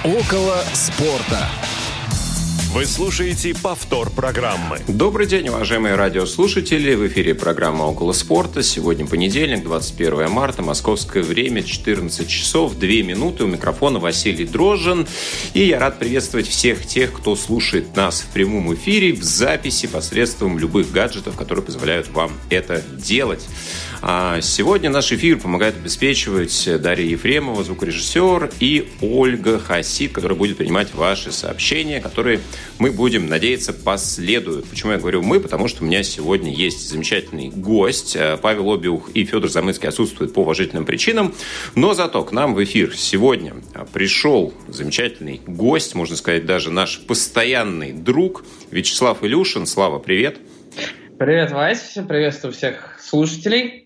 Около спорта. Вы слушаете повтор программы. Добрый день, уважаемые радиослушатели. В эфире программа «Около спорта». Сегодня понедельник, 21 марта, московское время, 14 часов 2 минуты. У микрофона Василий Дрожжин. И я рад приветствовать всех тех, кто слушает нас в прямом эфире, в записи, посредством любых гаджетов, которые позволяют вам это делать. Сегодня наш эфир помогает обеспечивать Дарья Ефремова, звукорежиссер, и Ольга Хасид, которая будет принимать ваши сообщения, которые, мы будем надеяться, последуют. Почему я говорю «мы»? Потому что у меня сегодня есть замечательный гость. Павел Обиух и Федор Замыцкий отсутствуют по уважительным причинам, но зато к нам в эфир сегодня пришел замечательный гость, можно сказать, даже наш постоянный друг Вячеслав Илюшин. Слава, привет! Привет, Вась! Приветствую всех слушателей.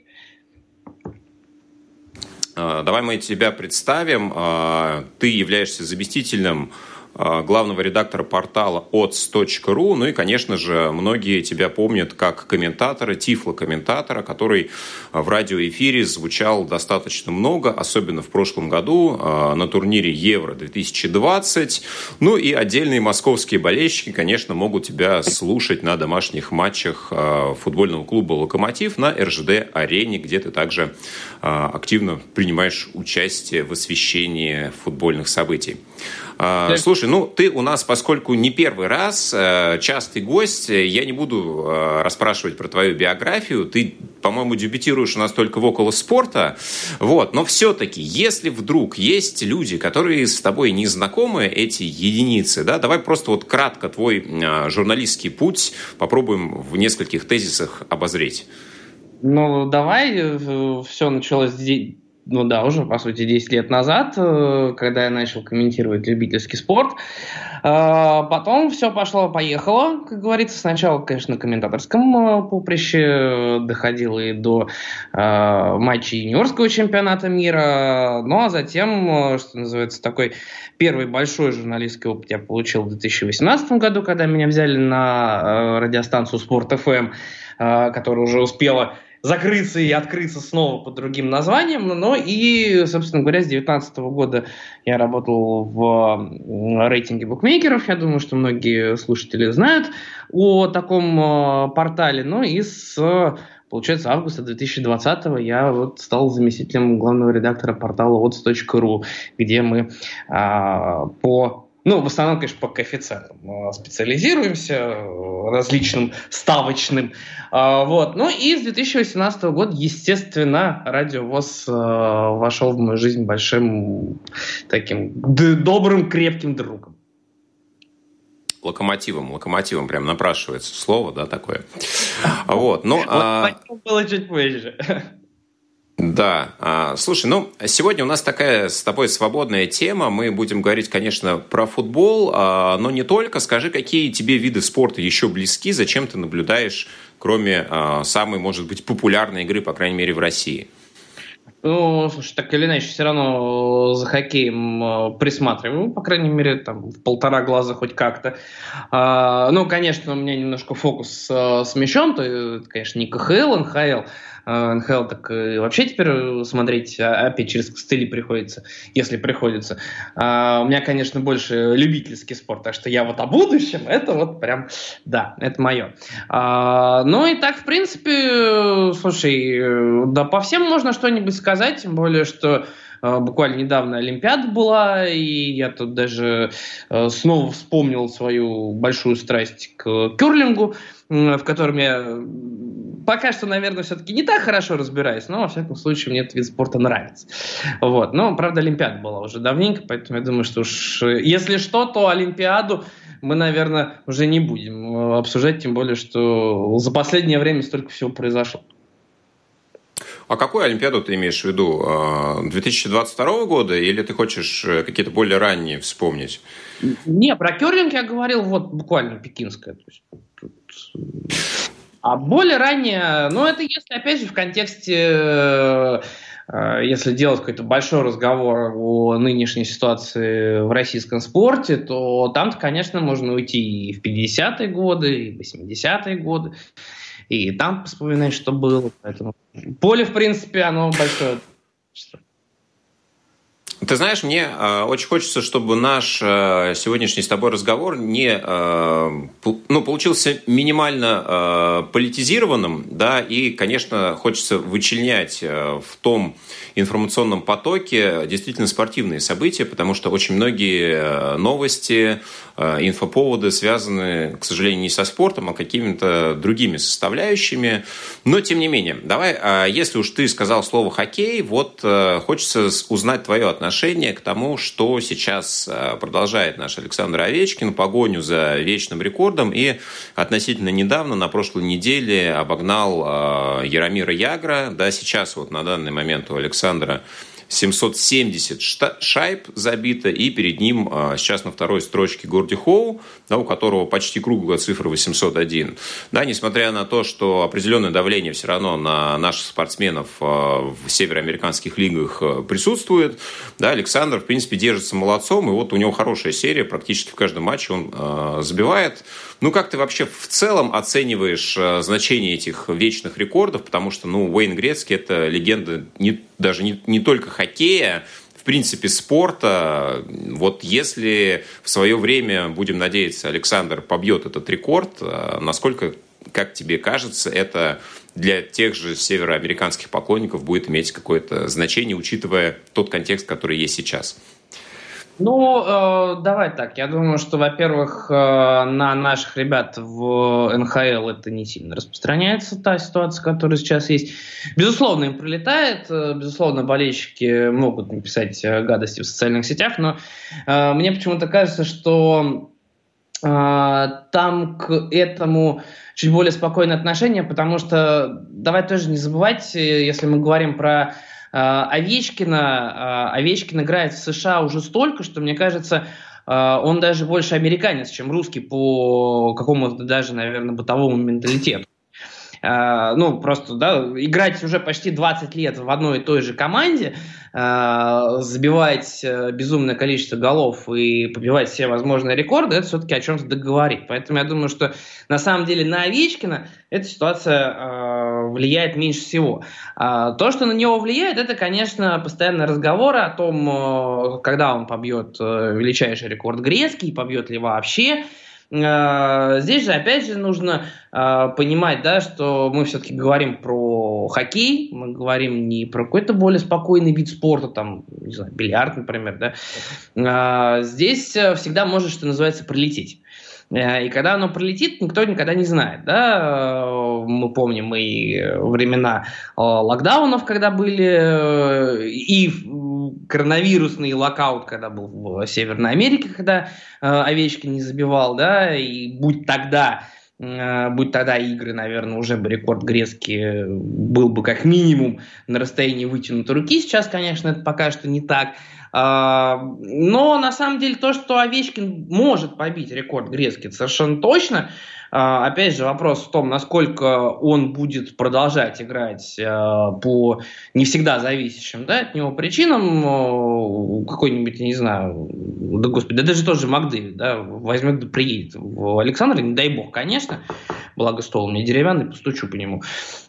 Давай мы тебя представим. Ты являешься заместителем главного редактора портала odds.ru. Ну и, конечно же, многие тебя помнят как комментатора, тифлокомментатора, который в радиоэфире звучал достаточно много, особенно в прошлом году на турнире Евро-2020. Ну и отдельные московские болельщики, конечно, могут тебя слушать на домашних матчах футбольного клуба «Локомотив» на РЖД-арене, где ты также активно принимаешь участие в освещении футбольных событий. Слушай, ты у нас, поскольку не первый раз, частый гость, я не буду расспрашивать про твою биографию. Ты, по-моему, дебютируешь у нас только в «Около спорта». Вот. Но все-таки, если вдруг есть люди, которые с тобой не знакомы, эти единицы, да, давай просто вот кратко твой журналистский путь попробуем в нескольких тезисах обозреть. Давай. Все началось уже, по сути, 10 лет назад, когда я начал комментировать любительский спорт. Потом все пошло-поехало, как говорится. Сначала, конечно, на комментаторском поприще доходило и до матчей юниорского чемпионата мира. Ну, а затем, что называется, такой первый большой журналистский опыт я получил в 2018 году, когда меня взяли на радиостанцию «Спорт ФМ», которая уже успела закрыться и открыться снова под другим названием. Ну и, собственно говоря, с 2019 года я работал в рейтинге букмекеров. Я думаю, что многие слушатели знают о таком портале. Ну и получается, августа 2020 я стал заместителем главного редактора портала odds.ru, где мы в основном, конечно, по коэффициентам специализируемся, различным ставочным. Ну и с 2018 года, естественно, Радио ВОС вошел в мою жизнь большим таким добрым, крепким другом. Локомотивом прям напрашивается слово, да, такое. Локомотив было чуть позже. Да, слушай, сегодня у нас такая с тобой свободная тема. Мы будем говорить, конечно, про футбол, но не только. Скажи, какие тебе виды спорта еще близки, зачем ты наблюдаешь, кроме самой, может быть, популярной игры, по крайней мере, в России? Слушай, так или иначе, все равно за хоккеем присматриваю, по крайней мере, там, в полтора глаза хоть как-то. Конечно, у меня немножко фокус смещен, то, конечно, не КХЛ, НХЛ. НХЛ так и вообще теперь смотреть опять через костыли приходится, если приходится. У меня, конечно, больше любительский спорт, так что я о будущем, это прям, да, это мое. И так, в принципе, слушай, да по всем можно что-нибудь сказать, тем более, что буквально недавно Олимпиада была, и я тут даже снова вспомнил свою большую страсть к керлингу, в котором я пока что, наверное, все-таки не так хорошо разбираюсь, но, во всяком случае, мне этот вид спорта нравится. Но, правда, Олимпиада была уже давненько, поэтому я думаю, что уж если что, то Олимпиаду мы, наверное, уже не будем обсуждать, тем более, что за последнее время столько всего произошло. А какую Олимпиаду ты имеешь в виду? 2022 года или ты хочешь какие-то более ранние вспомнить? Не, про керлинг я говорил буквально пекинская. То есть, А более ранее, это если, опять же, в контексте, если делать какой-то большой разговор о нынешней ситуации в российском спорте, то там-то, конечно, можно уйти и в 50-е годы, и в 80-е годы. И там вспоминать, что было. Поэтому поле, в принципе, оно большое. Ты знаешь, мне очень хочется, чтобы наш сегодняшний с тобой разговор получился минимально политизированным, да, и, конечно, хочется вычленять в том информационном потоке действительно спортивные события, потому что очень многие новости, инфоповоды связаны, к сожалению, не со спортом, а какими-то другими составляющими. Но, тем не менее, давай, если уж ты сказал слово «хоккей», вот хочется узнать твое отношение к тому, что сейчас продолжает наш Александр Овечкин, погоню за вечным рекордом, и относительно недавно, на прошлой неделе, обогнал Яромира Ягра. Да, сейчас вот на данный момент у Александра 770 шайб забито, и перед ним сейчас на второй строчке Горди Хоу, да, у которого почти круглая цифра 801. Да, несмотря на то, что определенное давление все равно на наших спортсменов в североамериканских лигах присутствует, да, Александр, в принципе, держится молодцом, и вот у него хорошая серия, практически в каждом матче он забивает. Ну, как ты вообще в целом оцениваешь значение этих вечных рекордов? Потому что, Уэйн Грецкий – это легенда даже не только хоккея, в принципе, спорта. Вот если в свое время, будем надеяться, Александр побьет этот рекорд, насколько, как тебе кажется, это для тех же североамериканских поклонников будет иметь какое-то значение, учитывая тот контекст, который есть сейчас? Давай так. Я думаю, что, во-первых, на наших ребят в НХЛ это не сильно распространяется, та ситуация, которая сейчас есть. Безусловно, им прилетает. Безусловно, болельщики могут написать гадости в социальных сетях, но мне почему-то кажется, что там к этому чуть более спокойное отношение, потому что, давай тоже не забывать, если мы говорим про Овечкин играет в США уже столько, что, мне кажется, он даже больше американец, чем русский по какому-то даже, наверное, бытовому менталитету. Просто, да, играть уже почти 20 лет в одной и той же команде, забивать безумное количество голов и побивать все возможные рекорды, это все-таки о чем-то договорит. Поэтому я думаю, что на самом деле на Овечкина эта ситуация влияет меньше всего. То, что на него влияет, это, конечно, постоянные разговоры о том, когда он побьет величайший рекорд Грецкий, побьет ли вообще. Здесь же, опять же, нужно понимать, да, что мы все-таки говорим про хоккей, мы говорим не про какой-то более спокойный вид спорта, там, не знаю, бильярд, например, да. Здесь всегда может, что называется, прилететь. И когда оно прилетит, никто никогда не знает, да. Мы помним и времена локдаунов, когда были, и коронавирусный локаут, когда был в Северной Америке, когда Овечкин не забивал, да, и будь тогда игры, наверное, уже бы рекорд Грецкий был бы как минимум на расстоянии вытянутой руки. Сейчас, конечно, это пока что не так. Но на самом деле то, что Овечкин может побить рекорд Грецкий, совершенно точно. Опять же, вопрос в том, насколько он будет продолжать играть по не всегда зависящим, да, от него причинам. Какой-нибудь, я не знаю, да господи, да даже тот же Макдэвид, да, возьмет да приедет в Александра, не дай бог, конечно, благо стол у меня деревянный, постучу по нему.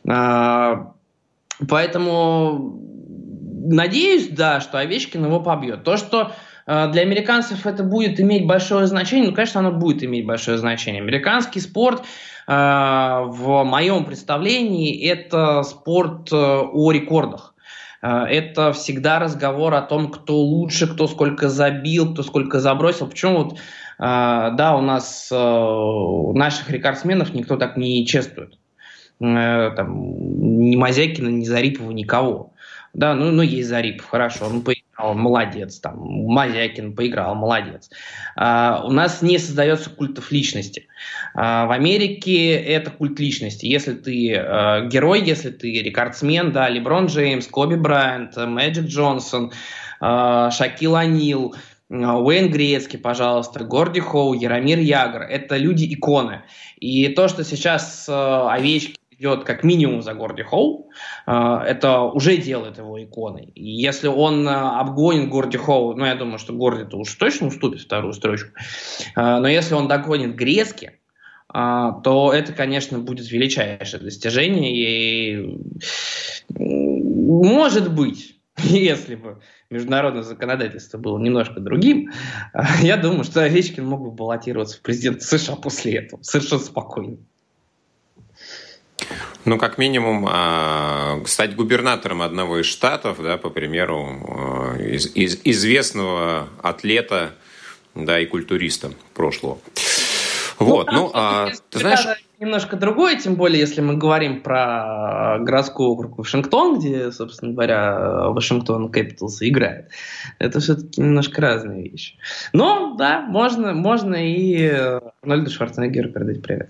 Поэтому надеюсь, да, что Овечкин его побьет. То, что для американцев это будет иметь большое значение, конечно, оно будет иметь большое значение. Американский спорт, в моем представлении, это спорт о рекордах. Это всегда разговор о том, кто лучше, кто сколько забил, кто сколько забросил. Почему вот, да, у нас наших рекордсменов никто так не чествует. Ни Мазякина, ни Зарипова, никого. Да, есть Зарипов, хорошо, он поиграл, молодец, там, Мазякин поиграл, молодец. У нас не создается культов личности. В Америке это культ личности. Если ты герой, если ты рекордсмен, да, Леброн Джеймс, Коби Брайант, Мэджик Джонсон, Шакил О'Нил, Уэйн Грецкий, пожалуйста, Горди Хоу, Яромир Ягр, это люди-иконы. И то, что сейчас Овечкин идет как минимум за Горди Хоу, это уже делает его иконой. И если он обгонит Горди Хоу, я думаю, что Горди-то уж точно уступит вторую строчку, но если он догонит Грецки, то это, конечно, будет величайшее достижение. И может быть, Если бы международное законодательство было немножко другим, я думаю, что Овечкин мог бы баллотироваться в президенты США после этого. Совершенно спокойно. Ну, как минимум, стать губернатором одного из штатов, да, по примеру, известного атлета, да, и культуриста прошлого. Вот, ты знаешь... Немножко другое, тем более, если мы говорим про городской округ Вашингтон, где, собственно говоря, Вашингтон Capitals играет. Это все-таки немножко разные вещи. Но, да, можно и Арнольду Шварценеггеру передать привет.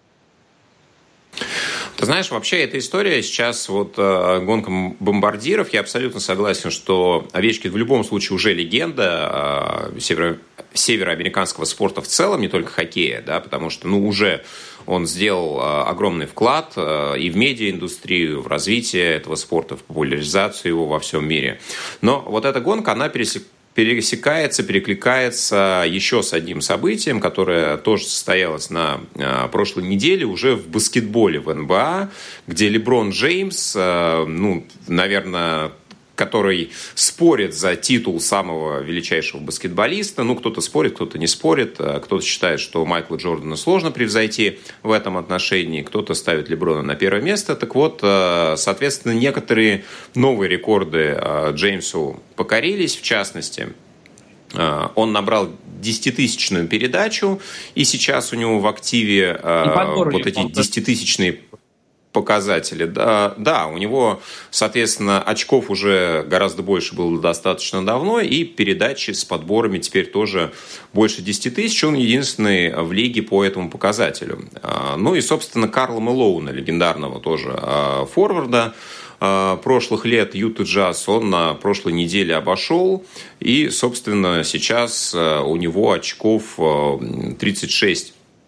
Ты знаешь, вообще эта история сейчас, вот гонка бомбардиров, я абсолютно согласен, что Овечкин в любом случае уже легенда североамериканского спорта в целом, не только хоккея, да, потому что, уже он сделал огромный вклад и в медиаиндустрию, в развитие этого спорта, в популяризацию его во всем мире. Но вот эта гонка, она перекликается еще с одним событием, которое тоже состоялось на прошлой неделе уже в баскетболе в НБА, где Леброн Джеймс, наверное, который спорит за титул самого величайшего баскетболиста. Кто-то спорит, кто-то не спорит. Кто-то считает, что Майкла Джордана сложно превзойти в этом отношении. Кто-то ставит Леброна на первое место. Так вот, соответственно, некоторые новые рекорды Джеймсу покорились. В частности, он набрал 10-тысячную передачу. И сейчас у него в активе вот эти 10-тысячные показатели. Да, у него, соответственно, очков уже гораздо больше было достаточно давно, и передачи с подборами теперь тоже больше 10 тысяч. Он единственный в лиге по этому показателю. И, собственно, Карла Мэлоуна, легендарного тоже форварда прошлых лет Юта Джаз, он на прошлой неделе обошел, и, собственно, сейчас у него очков 36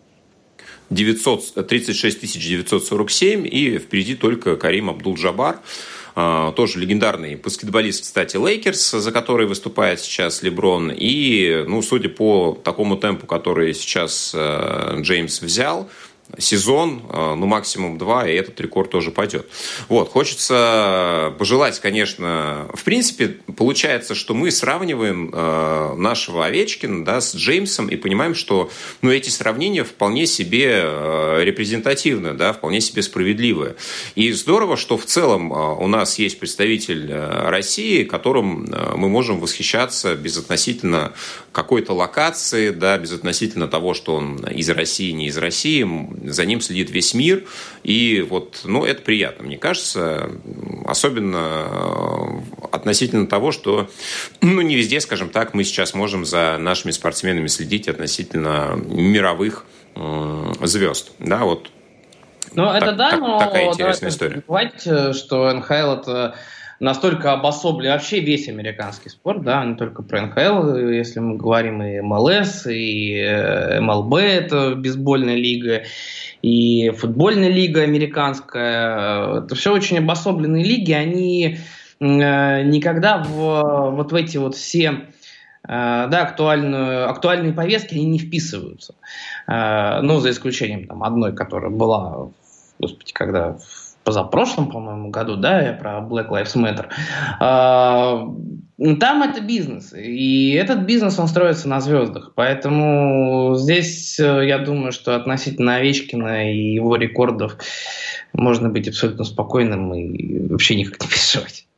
947, и впереди только Карим Абдул-Джабар, тоже легендарный баскетболист, кстати, Лейкерс, за который выступает сейчас Леброн. И, судя по такому темпу, который сейчас Джеймс взял, сезон, максимум 2, и этот рекорд тоже пойдет. Вот, хочется пожелать, конечно, в принципе, получается, что мы сравниваем нашего Овечкина, да, с Джеймсом и понимаем, что, эти сравнения вполне себе репрезентативны, да, вполне себе справедливы. И здорово, что в целом у нас есть представитель России, которым мы можем восхищаться безотносительно какой-то локации, да, безотносительно того, что он из России, не из России. За ним следит весь мир, и вот, это приятно, мне кажется, особенно относительно того, что, не везде, скажем так, мы сейчас можем за нашими спортсменами следить относительно мировых звезд, да, вот. Такая интересная история. Не забывайте, что НХЛ это настолько обособлен вообще весь американский спорт, да, не только про НХЛ, если мы говорим и МЛС, и МЛБ, это бейсбольная лига, и футбольная лига американская. Это все очень обособленные лиги, они никогда в эти вот все актуальные повестки они не вписываются. За исключением одной, которая была, когда в позапрошлом, по-моему, году, да, я про Black Lives Matter. Там это бизнес, и этот бизнес, он строится на звездах, поэтому здесь я думаю, что относительно Овечкина и его рекордов можно быть абсолютно спокойным и вообще никак не переживать.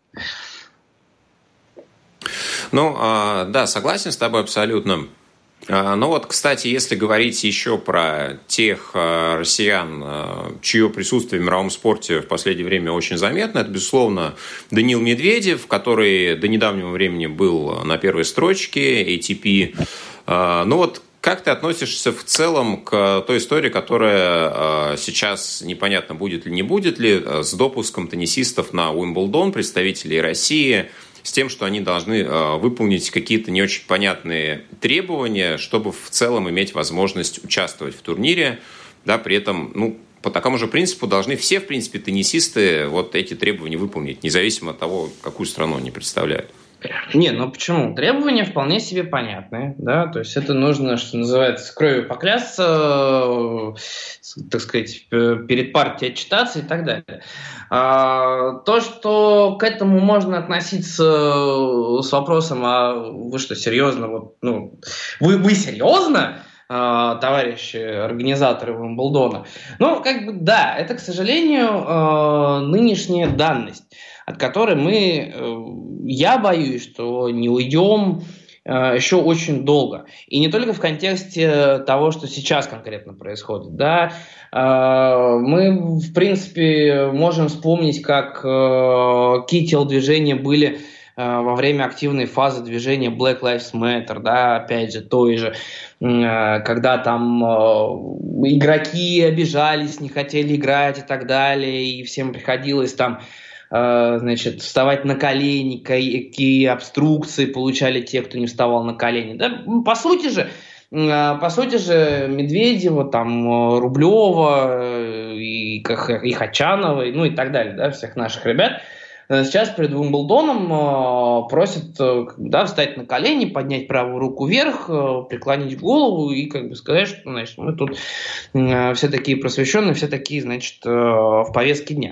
Да, согласен с тобой абсолютно. Кстати, если говорить еще про тех россиян, чье присутствие в мировом спорте в последнее время очень заметно, это, безусловно, Даниил Медведев, который до недавнего времени был на первой строчке ATP. Как ты относишься в целом к той истории, которая сейчас непонятно, будет ли, не будет ли, с допуском теннисистов на Уимблдон, представителей России, с тем, что они должны выполнить какие-то не очень понятные требования, чтобы в целом иметь возможность участвовать в турнире. Да, при этом, по такому же принципу должны все, в принципе, теннисисты вот эти требования выполнить, независимо от того, какую страну они представляют. Не, ну почему? Требования вполне себе понятные, да, то есть это нужно, что называется, кровью поклясться, так сказать, перед партией отчитаться и так далее. То, что к этому можно относиться с вопросом, а вы что, серьезно, вот, ну, вы серьезно? Товарищи организаторы Уимблдона. Ну, как бы да, это, к сожалению, нынешняя данность, от которой я боюсь, что не уйдем еще очень долго. И не только в контексте того, что сейчас конкретно происходит. Да? Мы, в принципе, можем вспомнить, как какие телодвижения были во время активной фазы движения Black Lives Matter, да, опять же, той же, когда там игроки обижались, не хотели играть и так далее, и всем приходилось там, значит, вставать на колени, какие обструкции получали те, кто не вставал на колени. Да? По сути же, Медведева, там, Рублева и Хачанова, ну и так далее, да, всех наших ребят, сейчас перед Уимблдоном просят, да, встать на колени, поднять правую руку вверх, преклонить голову и как бы сказать, что, значит, мы тут все такие просвещенные, все такие, значит, в повестке дня.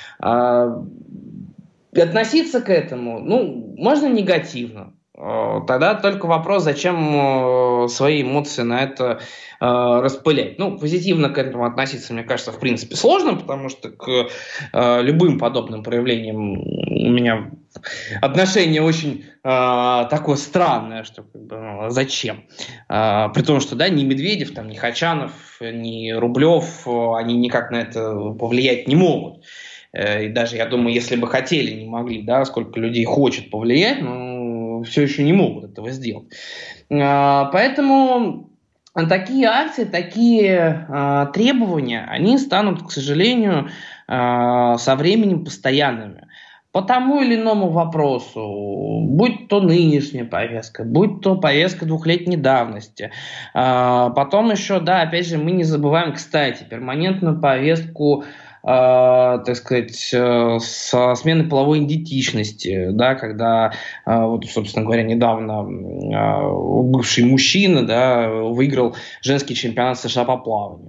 Относиться к этому, ну, можно негативно. Тогда только вопрос, зачем свои эмоции на это распылять. Ну, позитивно к этому относиться, мне кажется, в принципе, сложно, потому что к любым подобным проявлениям у меня отношение очень такое странное, что как бы, ну, зачем? При том, что да, ни Медведев, там, ни Хачанов, ни Рублев, они никак на это повлиять не могут. И даже, я думаю, если бы хотели, не могли, да, сколько людей хочет повлиять, но все еще не могут этого сделать. Поэтому такие акции, такие требования, они станут, к сожалению, со временем постоянными. По тому или иному вопросу, будь то нынешняя повестка, будь то повестка двухлетней давности. Потом еще, да, опять же, мы не забываем, кстати, перманентную повестку, так сказать, со смены половой идентичности, да, когда, вот, собственно говоря, недавно бывший мужчина, да, выиграл женский чемпионат США по плаванию.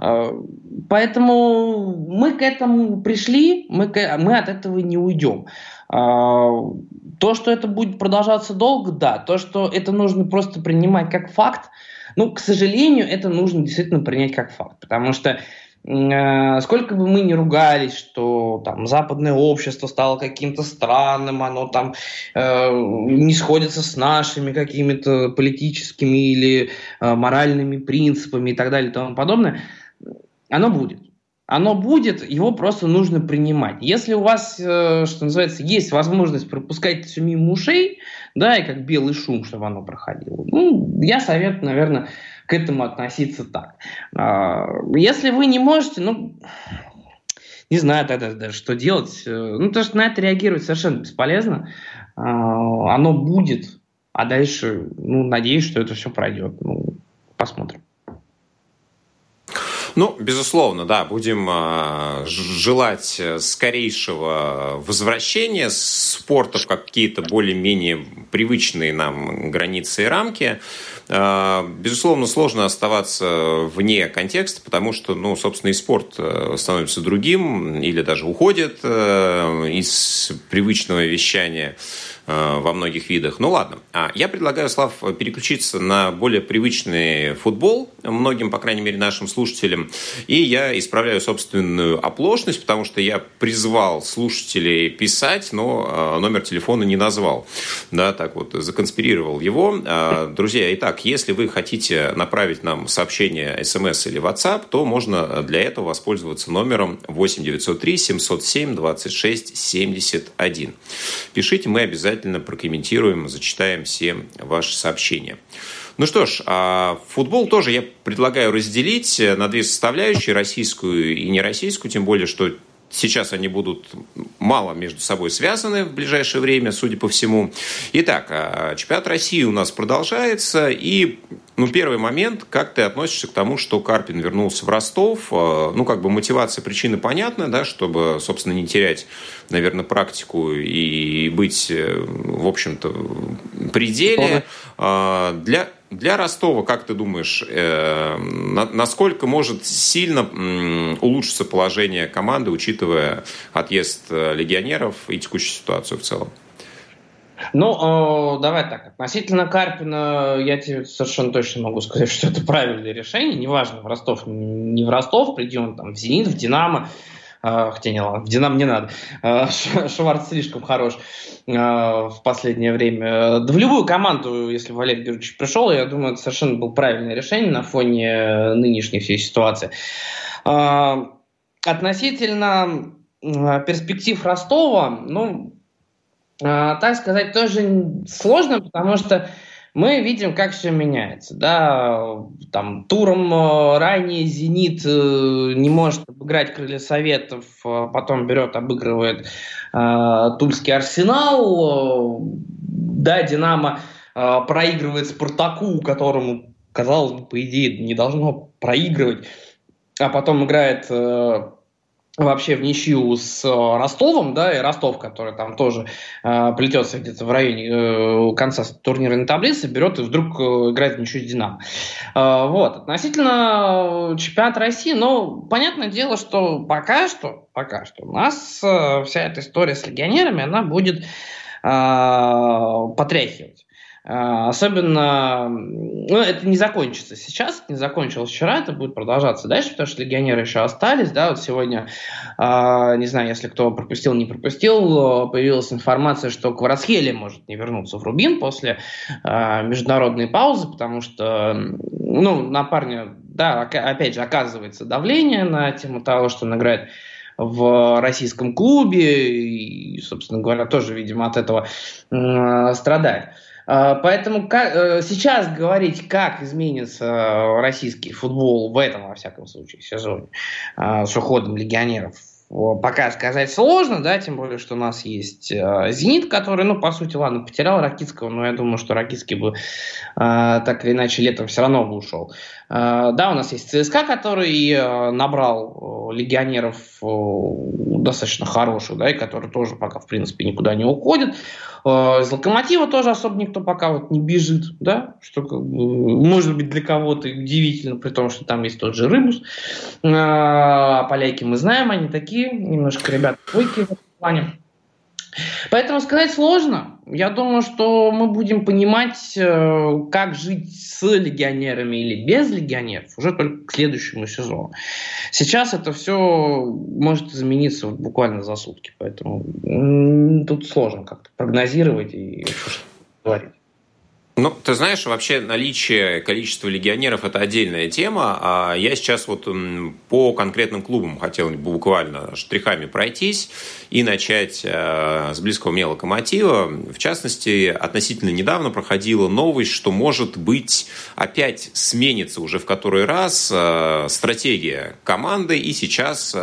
Поэтому мы к этому пришли, мы от этого не уйдем. То, что это будет продолжаться долго, да. То, что это нужно просто принимать как факт, ну, к сожалению, это нужно действительно принять как факт, потому что сколько бы мы ни ругались, что там западное общество стало каким-то странным, оно там не сходится с нашими какими-то политическими или моральными принципами и так далее и тому подобное, оно будет. Оно будет, его просто нужно принимать. Если у вас, что называется, есть возможность пропускать все мимо ушей, да, и как белый шум, чтобы оно проходило, ну, я советую, наверное, к этому относиться так. Если вы не можете, ну, не знаю тогда даже, что делать. Ну, потому что на это реагировать совершенно бесполезно. Оно будет, а дальше, ну, надеюсь, что это все пройдет. Ну, посмотрим. Ну, безусловно, да, будем желать скорейшего возвращения спорта в какие-то более-менее привычные нам границы и рамки. Безусловно, сложно оставаться вне контекста, потому что, ну, собственно, и спорт становится другим или даже уходит из привычного вещания во многих видах. Ну ладно, я предлагаю, Слав, переключиться на более привычный футбол, многим, по крайней мере, нашим слушателям, и я исправляю собственную оплошность, потому что я призвал слушателей писать, но номер телефона не назвал, да, так вот, законспирировал его. Друзья, итак, если вы хотите направить нам сообщение СМС или WhatsApp, то можно для этого воспользоваться номером 8 903 707 26 71. Пишите, мы обязательно прокомментируем, зачитаем все ваши сообщения. Ну что ж, футбол тоже я предлагаю разделить на две составляющие, российскую и нероссийскую, тем более, что сейчас они будут мало между собой связаны в ближайшее время, судя по всему. Итак, чемпионат России у нас продолжается, и первый момент, как ты относишься к тому, что Карпин вернулся в Ростов? Мотивация, причины понятна, да, чтобы, собственно, не терять, наверное, практику и быть, в общем-то, в пределе. Для Ростова, как ты думаешь, насколько может сильно улучшиться положение команды, учитывая отъезд легионеров и текущую ситуацию в целом? Давай так. Относительно Карпина я тебе совершенно точно могу сказать, что это правильное решение. Неважно, в Ростов, не в Ростов, приди он там в «Зенит», в «Динамо». Хотя не ладно, в «Динамо» не надо. Шварц слишком хорош в последнее время. Да в любую команду, если Валерий Георгиевич пришел, я думаю, это совершенно было правильное решение на фоне нынешней всей ситуации. Относительно перспектив Ростова, так сказать, тоже сложно, потому что мы видим, как все меняется. Да? Там, туром ранее «Зенит» не может обыграть «Крылья Советов», потом берет, обыгрывает тульский «Арсенал». Да, «Динамо» проигрывает «Спартаку», которому, казалось бы, по идее, не должно проигрывать, а потом играет вообще в ничью с Ростовом, да, и Ростов, который там тоже плетется где-то в районе конца турнирной таблицы, берет и вдруг играет в ничью с «Динамо». Относительно чемпионата России, понятное дело, что пока что у нас вся эта история с легионерами, она будет потряхивать. Особенно, это не закончится сейчас, не закончилось вчера, это будет продолжаться дальше, потому что легионеры еще остались, да, вот сегодня, не знаю, если кто пропустил, не пропустил, появилась информация, что Кварацхелия может не вернуться в Рубин после международной паузы, потому что, на парня, да, опять же, оказывается давление на тему того, что он играет в российском клубе, и, собственно говоря, тоже, видимо, от этого страдает. Поэтому сейчас говорить, как изменится российский футбол в этом, во всяком случае, сезоне с уходом легионеров, пока сказать сложно, да, тем более, что у нас есть «Зенит», который, по сути, ладно, потерял Ракицкого, но я думаю, что Ракицкий бы так или иначе летом все равно бы ушел. Да, у нас есть ЦСКА, который набрал легионеров достаточно хороших, да, и который тоже пока, в принципе, никуда не уходит. Из «Локомотива» тоже особо никто пока вот не бежит, да, что может быть для кого-то удивительно, при том, что там есть тот же Рыбус. Поляки мы знаем, они такие, немножко ребята бойкие в этом плане. Поэтому сказать сложно. Я думаю, что мы будем понимать, как жить с легионерами или без легионеров уже только к следующему сезону. Сейчас это все может измениться буквально за сутки. Поэтому тут сложно как-то прогнозировать и что говорить. Ты знаешь, вообще наличие количества легионеров – это отдельная тема. А я сейчас по конкретным клубам хотел буквально штрихами пройтись и начать с близкого мне «Локомотива». В частности, относительно недавно проходила новость, что, может быть, опять сменится уже в который раз стратегия команды, и сейчас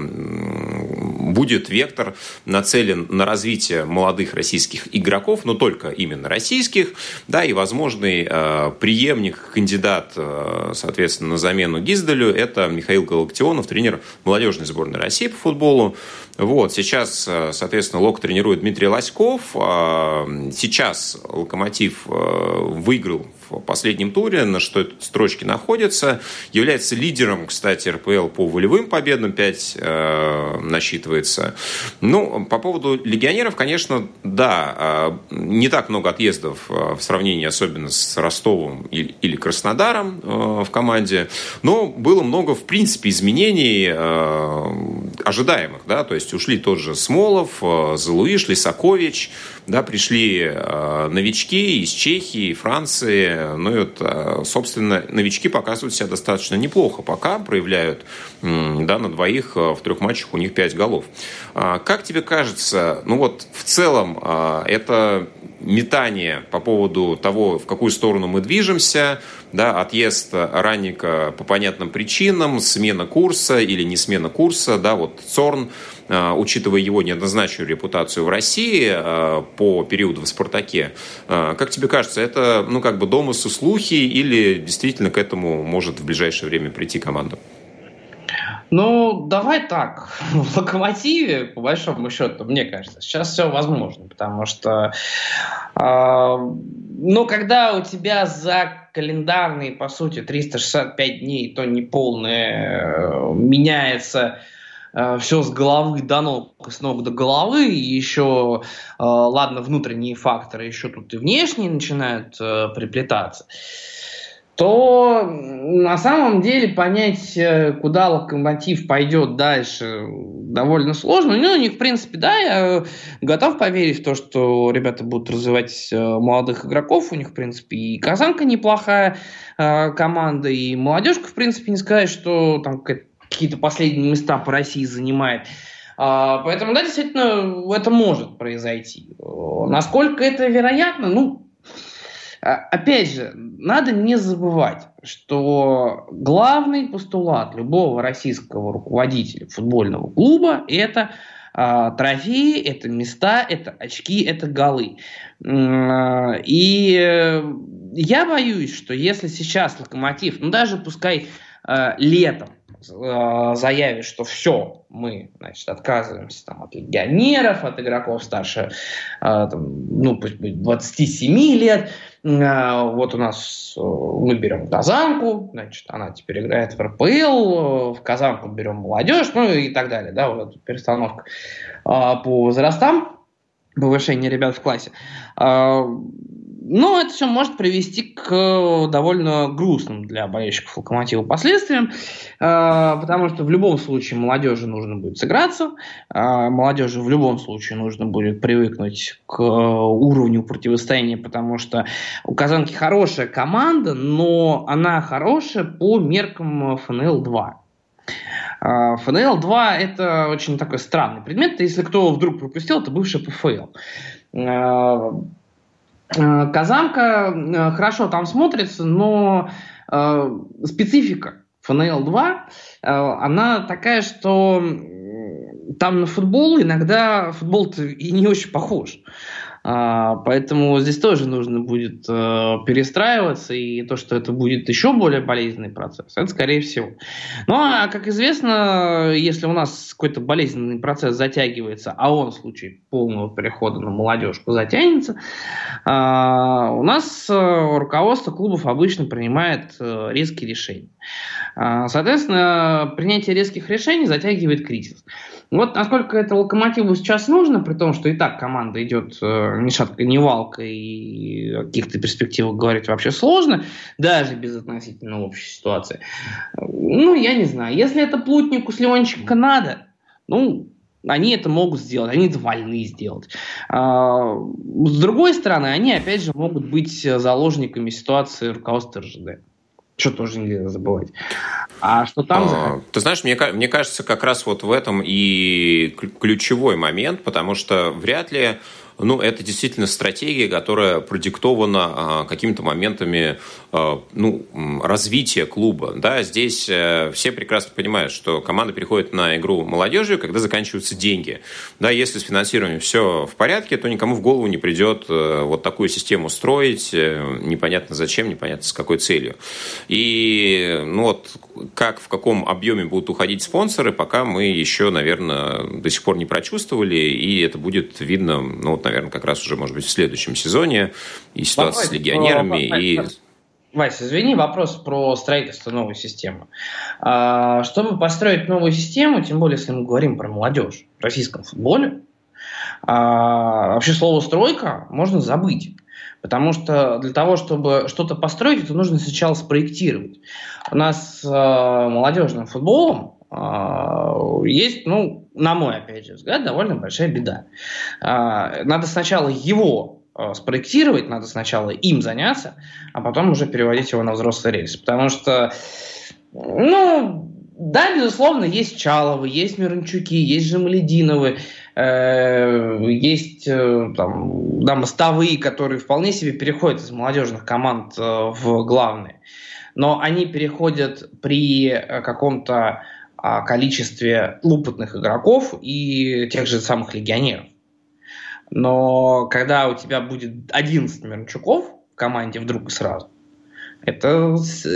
будет вектор нацелен на развитие молодых российских игроков, но только именно российских, да, и возможный преемник, кандидат, соответственно, на замену Гиздалю, это Михаил Галактионов, тренер молодежной сборной России по футболу. Сейчас, соответственно, «Лок» тренирует Дмитрий Лоськов. Сейчас «Локомотив» выиграл в последнем туре, на что строчке находится. Является лидером, кстати, РПЛ по волевым победам, 5 насчитывается. По поводу легионеров, конечно, да, не так много отъездов в сравнении особенно с Ростовом или Краснодаром в команде, но было много, в принципе, изменений ожидаемых, да, то есть ушли тот же Смолов, Залуиш, Лисакович, да, пришли новички из Чехии, Франции, собственно, новички показывают себя достаточно неплохо, пока проявляют, да, на двоих в 3 матчах у них 5 голов. Как тебе кажется, в целом это метание по поводу того, в какую сторону мы движемся, да, отъезд Ранника по понятным причинам, смена курса или не смена курса, да, вот Цорн, учитывая его неоднозначную репутацию в России по периоду в «Спартаке», как тебе кажется, это, домыслы, слухи или действительно к этому может в ближайшее время прийти команда? Давай так. В «Локомотиве», по большому счету, мне кажется, сейчас все возможно, потому что когда у тебя за календарные, по сути, 365 дней, то неполное, меняется все с головы до ног, с ног до головы, и еще, ладно, внутренние факторы, еще тут и внешние начинают приплетаться, то на самом деле понять, куда «Локомотив» пойдет дальше, довольно сложно. У них, в принципе, да, я готов поверить в то, что ребята будут развивать молодых игроков. У них, в принципе, и «Казанка» неплохая команда, и молодежка, в принципе, не сказать, что там какие-то последние места по России занимает. Поэтому, да, действительно, это может произойти. Насколько это вероятно? Опять же, надо не забывать, что главный постулат любого российского руководителя футбольного клуба – это трофеи, это места, это очки, это голы. И я боюсь, что если сейчас «Локомотив», даже пускай летом, заявит, что все, мы, отказываемся от легионеров, от игроков старше, пусть будет 27 лет. Вот у нас мы берем «Казанку», она теперь играет в РПЛ, в «Казанку» берем молодежь, и так далее, да, вот эта перестановка по возрастам, повышение ребят в классе. Но это все может привести к довольно грустным для болельщиков «Локомотива» последствиям, потому что в любом случае молодежи нужно будет сыграться, молодежи в любом случае нужно будет привыкнуть к уровню противостояния, потому что у «Казанки» хорошая команда, но она хорошая по меркам ФНЛ-2. ФНЛ-2 – это очень такой странный предмет, если кто вдруг пропустил, это бывший ПФЛ. «Казанка» хорошо там смотрится, но специфика ФНЛ-2, она такая, что там на футбол иногда футбол-то и не очень похож. Поэтому здесь тоже нужно будет перестраиваться, и то, что это будет еще более болезненный процесс, это скорее всего. А как известно, если у нас какой-то болезненный процесс затягивается, а он в случае полного перехода на молодежку затянется, у нас руководство клубов обычно принимает резкие решения. Соответственно, принятие резких решений затягивает кризис. Вот насколько это «Локомотиву» сейчас нужно, при том, что и так команда идет ни шатка, ни валка, и о каких-то перспективах говорить вообще сложно, даже без относительно общей ситуации. Я не знаю. Если это Плутнику с Леонченко надо, они это могут сделать, они это вольны сделать. С другой стороны, они, опять же, могут быть заложниками ситуации руководства РЖД. Что тоже нельзя забывать. А что там? Ты знаешь, мне кажется, как раз вот в этом и ключевой момент, потому что вряд ли это действительно стратегия, которая продиктована какими-то моментами развития клуба. Да, здесь все прекрасно понимают, что команда переходит на игру молодежи, когда заканчиваются деньги. Да, если с финансированием все в порядке, то никому в голову не придет вот такую систему строить, непонятно зачем, непонятно с какой целью. И как, в каком объеме будут уходить спонсоры, пока мы еще, наверное, до сих пор не прочувствовали, и это будет видно, наверное, как раз уже, может быть, в следующем сезоне, и ситуация с легионерами, Вася, извини, вопрос про строительство новой системы. Чтобы построить новую систему, тем более, если мы говорим про молодежь в российском футболе, вообще слово «стройка» можно забыть. Потому что для того, чтобы что-то построить, это нужно сначала спроектировать. У нас с молодежным футболом есть, на мой, опять же, взгляд, довольно большая беда. Надо сначала его спроектировать, надо сначала им заняться, а потом уже переводить его на взрослый рельс. Потому что, да, безусловно, есть Чаловы, есть Мирончуки, есть Жамалединовы. есть там, да, мостовые, которые вполне себе переходят из молодежных команд в главные. Но они переходят при каком-то количестве опытных игроков и тех же самых легионеров. Но когда у тебя будет 11 Миранчуков в команде вдруг и сразу, это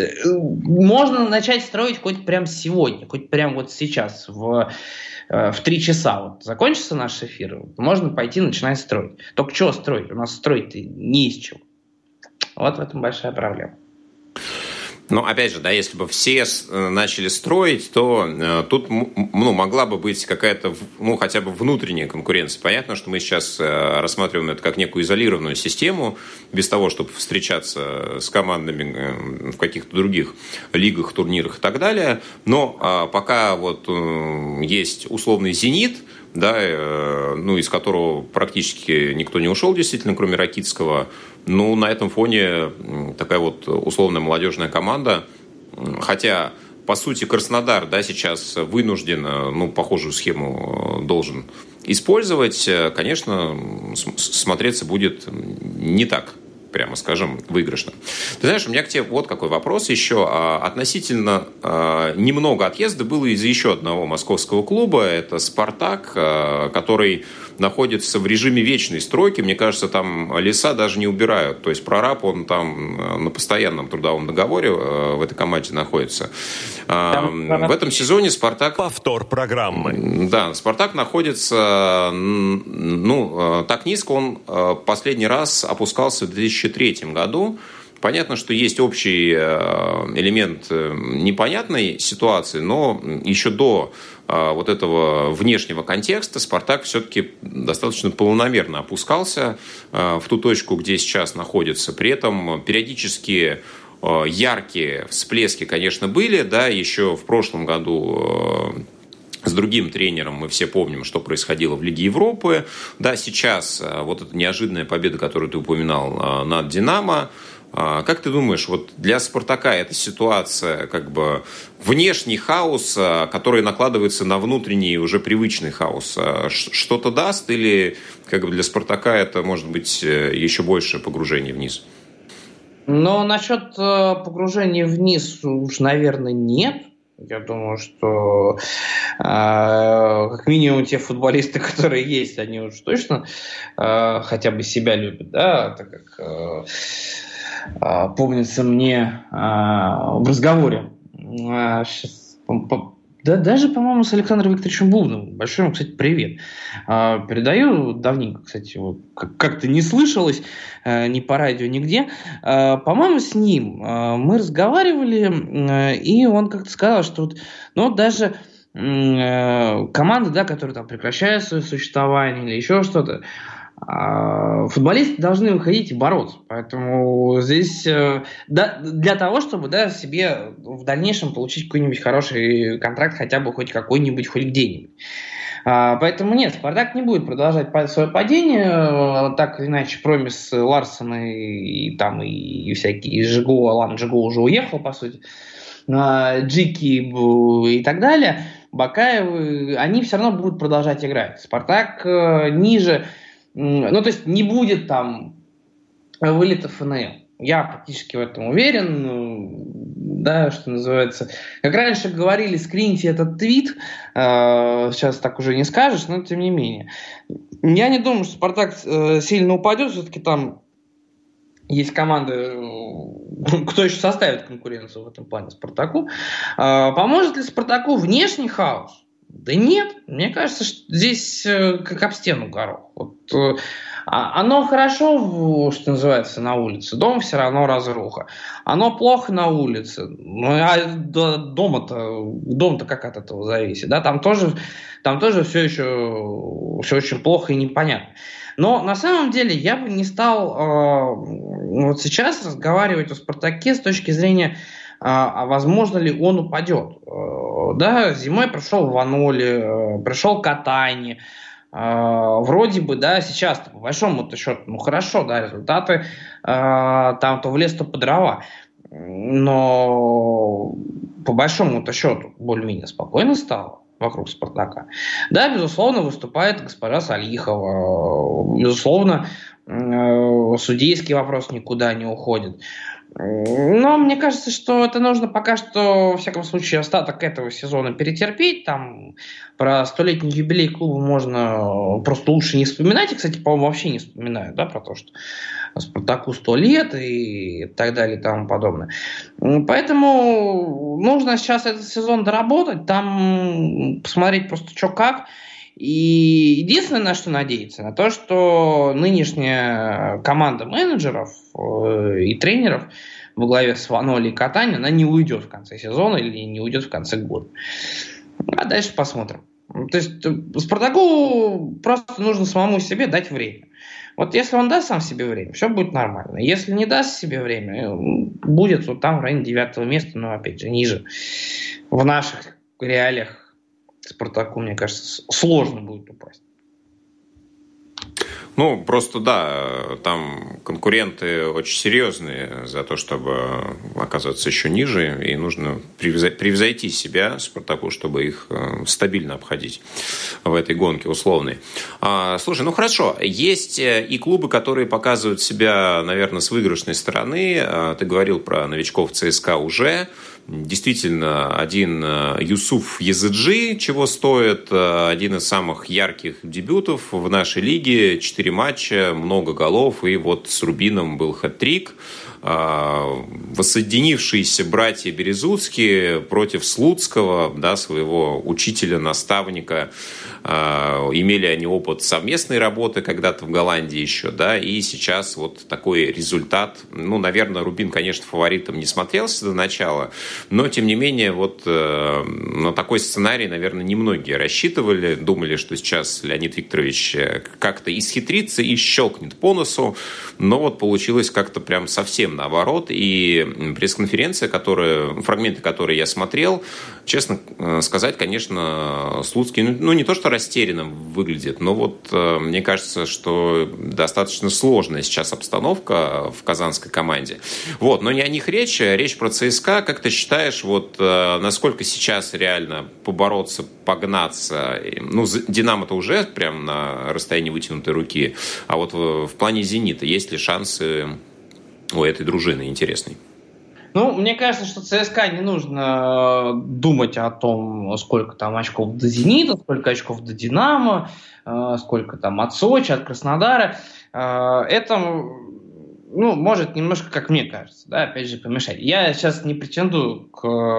можно начать строить хоть прямо сегодня, хоть прямо вот сейчас, в 3 часа. Вот закончится наш эфир, можно пойти начинать строить. Только что строить? У нас строить-то не из чего. Вот в этом большая проблема. Но, опять же, да, если бы все начали строить, то тут могла бы быть какая-то, хотя бы внутренняя конкуренция. Понятно, что мы сейчас рассматриваем это как некую изолированную систему, без того, чтобы встречаться с командами в каких-то других лигах, турнирах и так далее. Но пока вот есть условный «Зенит», да, из которого практически никто не ушел, действительно, кроме Ракитского. На этом фоне такая вот условная молодежная команда, хотя, по сути, Краснодар, да, сейчас вынужден, похожую схему должен использовать, конечно, смотреться будет не так, прямо скажем, выигрышно. Ты знаешь, у меня к тебе вот какой вопрос еще. Относительно немного отъезда было из еще одного московского клуба. Это «Спартак», который находится в режиме вечной стройки. Мне кажется, там леса даже не убирают. То есть прораб, он там на постоянном трудовом договоре в этой команде находится. В этом сезоне «Спартак». Повтор программы. Да, «Спартак» находится, так низко. Он последний раз опускался в 2003 году. Понятно, что есть общий элемент непонятной ситуации, но еще до вот этого внешнего контекста «Спартак» все-таки достаточно планомерно опускался в ту точку, где сейчас находится. При этом периодически яркие всплески, конечно, были. Да, еще в прошлом году с другим тренером мы все помним, что происходило в Лиге Европы. Да, сейчас вот эта неожиданная победа, которую ты упоминал, над «Динамо». Как ты думаешь, вот для «Спартака» эта ситуация, как бы внешний хаос, который накладывается на внутренний уже привычный хаос, что-то даст или как бы для «Спартака» это может быть еще больше погружение вниз? Но насчет погружения вниз уж, наверное, нет. Я думаю, что как минимум те футболисты, которые есть, они уж точно хотя бы себя любят, да, так как помнится мне в разговоре сейчас, даже, по-моему, с Александром Викторовичем Бубновым. Большой ему, кстати, привет. Передаю давненько, кстати, вот, как-то не слышалось ни по радио, нигде. По-моему, с ним мы разговаривали, и он как-то сказал, что вот, даже команды, да, которые там прекращают свое существование или еще что-то, футболисты должны выходить и бороться. Поэтому здесь для того, чтобы себе в дальнейшем получить какой-нибудь хороший контракт, хотя бы хоть какой-нибудь, хоть где-нибудь. Поэтому нет, «Спартак» не будет продолжать свое падение. Так или иначе, Промис, Ларсен и всякие Жиго, Алан Жиго уже уехал, по сути, Джики и так далее, Бакаевы, они все равно будут продолжать играть. «Спартак» ниже. То есть не будет там вылета ФНЛ. Я практически в этом уверен. Да, что называется. Как раньше говорили, скриньте этот твит. Сейчас так уже не скажешь, но тем не менее. Я не думаю, что «Спартак» сильно упадет. Все-таки там есть команды, кто еще составит конкуренцию в этом плане «Спартаку». Поможет ли «Спартаку» внешний хаос? Да нет, мне кажется, что здесь как об стену горох. Вот, оно хорошо, что называется, на улице, дом все равно разруха. Оно плохо на улице, дом-то как от этого зависит, да? Там тоже все еще все очень плохо и непонятно. Но на самом деле я бы не стал вот сейчас разговаривать о «Спартаке» с точки зрения, возможно ли он упадет. Да, зимой пришел Ваноли, пришел Катайни. Вроде бы, да, сейчас по большому-то счету, хорошо, да, результаты там то в лес, то по дрова. Но по большому-то счету более-менее спокойно стало. вокруг «Спартака». Да, безусловно, выступает госпожа Салихова. Безусловно, судейский вопрос никуда не уходит. Но мне кажется, что это нужно пока что, во всяком случае, остаток этого сезона перетерпеть. Там про 100-летний юбилей клуба можно просто лучше не вспоминать. И, кстати, по-моему, вообще не вспоминают, да, про то, что «Спартаку» 100 лет и так далее и тому подобное. Поэтому нужно сейчас этот сезон доработать, там посмотреть просто что как. И единственное, на что надеяться, на то, что нынешняя команда менеджеров и тренеров во главе с Ваноли и Катани, она не уйдет в конце сезона или не уйдет в конце года. А дальше посмотрим. То есть «Спартаку» просто нужно самому себе дать время. Вот если он даст сам себе время, все будет нормально. Если не даст себе время, будет вот там в районе 9 места, но опять же ниже. В наших реалиях «Спартаку», мне кажется, сложно будет упасть. Ну, просто да, там конкуренты очень серьезные за то, чтобы оказаться еще ниже, и нужно превзойти себя, «Спартаку», чтобы их стабильно обходить в этой гонке условной. Слушай, ну хорошо, есть и клубы, которые показывают себя, наверное, с выигрышной стороны. Ты говорил про новичков ЦСКА уже. Действительно, один Юсуф Езыджи, чего стоит, один из самых ярких дебютов в нашей лиге. 4 матча, много голов, и вот с Рубином был хэт-трик. Воссоединившиеся братья Березуцкие против Слуцкого, да, своего учителя, наставника. Имели они опыт совместной работы когда-то в Голландии еще, да, и сейчас вот такой результат. Ну, наверное, Рубин, конечно, фаворитом не смотрелся до начала, но, тем не менее, вот на такой сценарий, наверное, немногие рассчитывали, думали, что сейчас Леонид Викторович как-то исхитрится и щелкнет по носу, но вот получилось как-то прям совсем наоборот, и пресс-конференция, фрагменты, которые я смотрел, честно сказать, конечно, Слуцкий, ну, не то, что растерянным выглядит, но вот мне кажется, что достаточно сложная сейчас обстановка в казанской команде. Вот, но не о них речь про ЦСКА. Как ты считаешь, вот насколько сейчас реально побороться, погнаться? Ну, «Динамо»-то уже прям на расстоянии вытянутой руки, а вот в плане «Зенита» есть ли шансы у этой дружины интересной? Ну, мне кажется, что ЦСКА не нужно думать о том, сколько там очков до «Зенита», сколько очков до «Динамо», сколько там от Сочи, от Краснодара. Это, ну, может немножко, как мне кажется, да, опять же, помешать. Я сейчас не претендую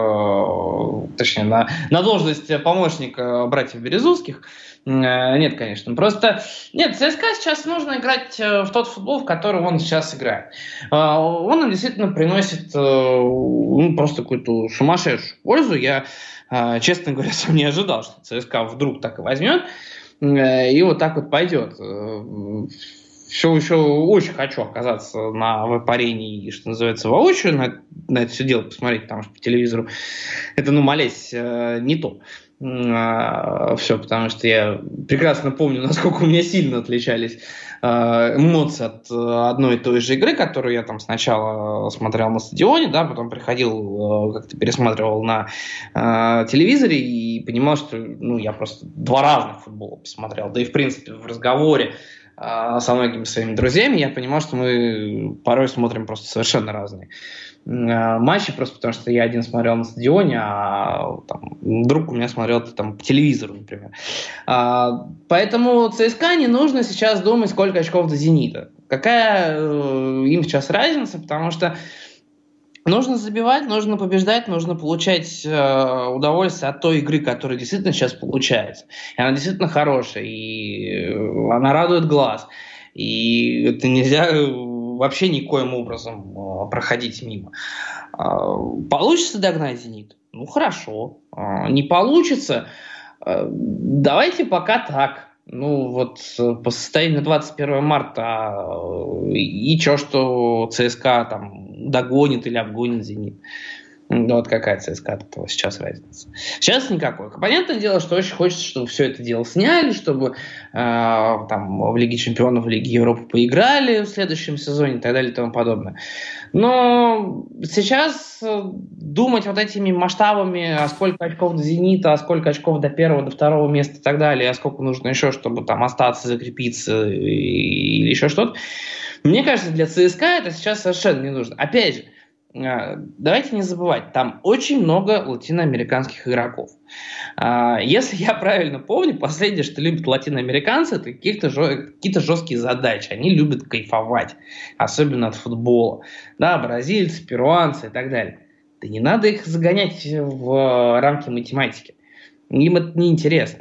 на должность помощника братьев Березутских. Нет, конечно. Просто нет, ЦСКА сейчас нужно играть в тот футбол, в который он сейчас играет. Он им действительно приносит просто какую-то сумасшедшую пользу. Я, честно говоря, сам не ожидал, что ЦСКА вдруг так и возьмет и вот так вот пойдет. Все еще очень хочу оказаться на вапарении, что называется, воочию, на это все дело посмотреть, потому что по телевизору это, молясь, не то. Все, потому что я прекрасно помню, насколько у меня сильно отличались эмоции от одной и той же игры, которую я там сначала смотрел на стадионе, да, потом приходил, как-то пересматривал на телевизоре и понимал, что я просто 2 разных футбола посмотрел. Да и, в принципе, в разговоре со многими своими друзьями я понимал, что мы порой смотрим просто совершенно разные матчи, просто потому что я один смотрел на стадионе, а там, друг у меня смотрел там по телевизору, например. Поэтому ЦСКА не нужно сейчас думать, сколько очков до «Зенита». Какая им сейчас разница, потому что нужно забивать, нужно побеждать, нужно получать удовольствие от той игры, которая действительно сейчас получается. И она действительно хорошая, и она радует глаз. И это нельзя вообще никоим образом проходить мимо. Получится догнать «Зенит»? Ну, хорошо. Не получится? Давайте пока так. Ну, вот по состоянию на 21 марта и что ЦСКА там догонит или обгонит «Зенит». Ну, вот какая ЦСКА от этого сейчас разница? Сейчас никакой. Понятное дело, что очень хочется, чтобы все это дело сняли, чтобы там в Лиге Чемпионов, в Лиге Европы поиграли в следующем сезоне и так далее и тому подобное. Но сейчас думать вот этими масштабами, а сколько очков до «Зенита», а сколько очков до первого, до второго места и так далее, а сколько нужно еще, чтобы там остаться, закрепиться или еще что-то, мне кажется, для ЦСКА это сейчас совершенно не нужно. Опять же, давайте не забывать, там очень много латиноамериканских игроков. Если я правильно помню, последнее, что любят латиноамериканцы, это какие-то жесткие задачи. Они любят кайфовать, особенно от футбола. Да, бразильцы, перуанцы и так далее. Да не надо их загонять в рамки математики. Им это неинтересно.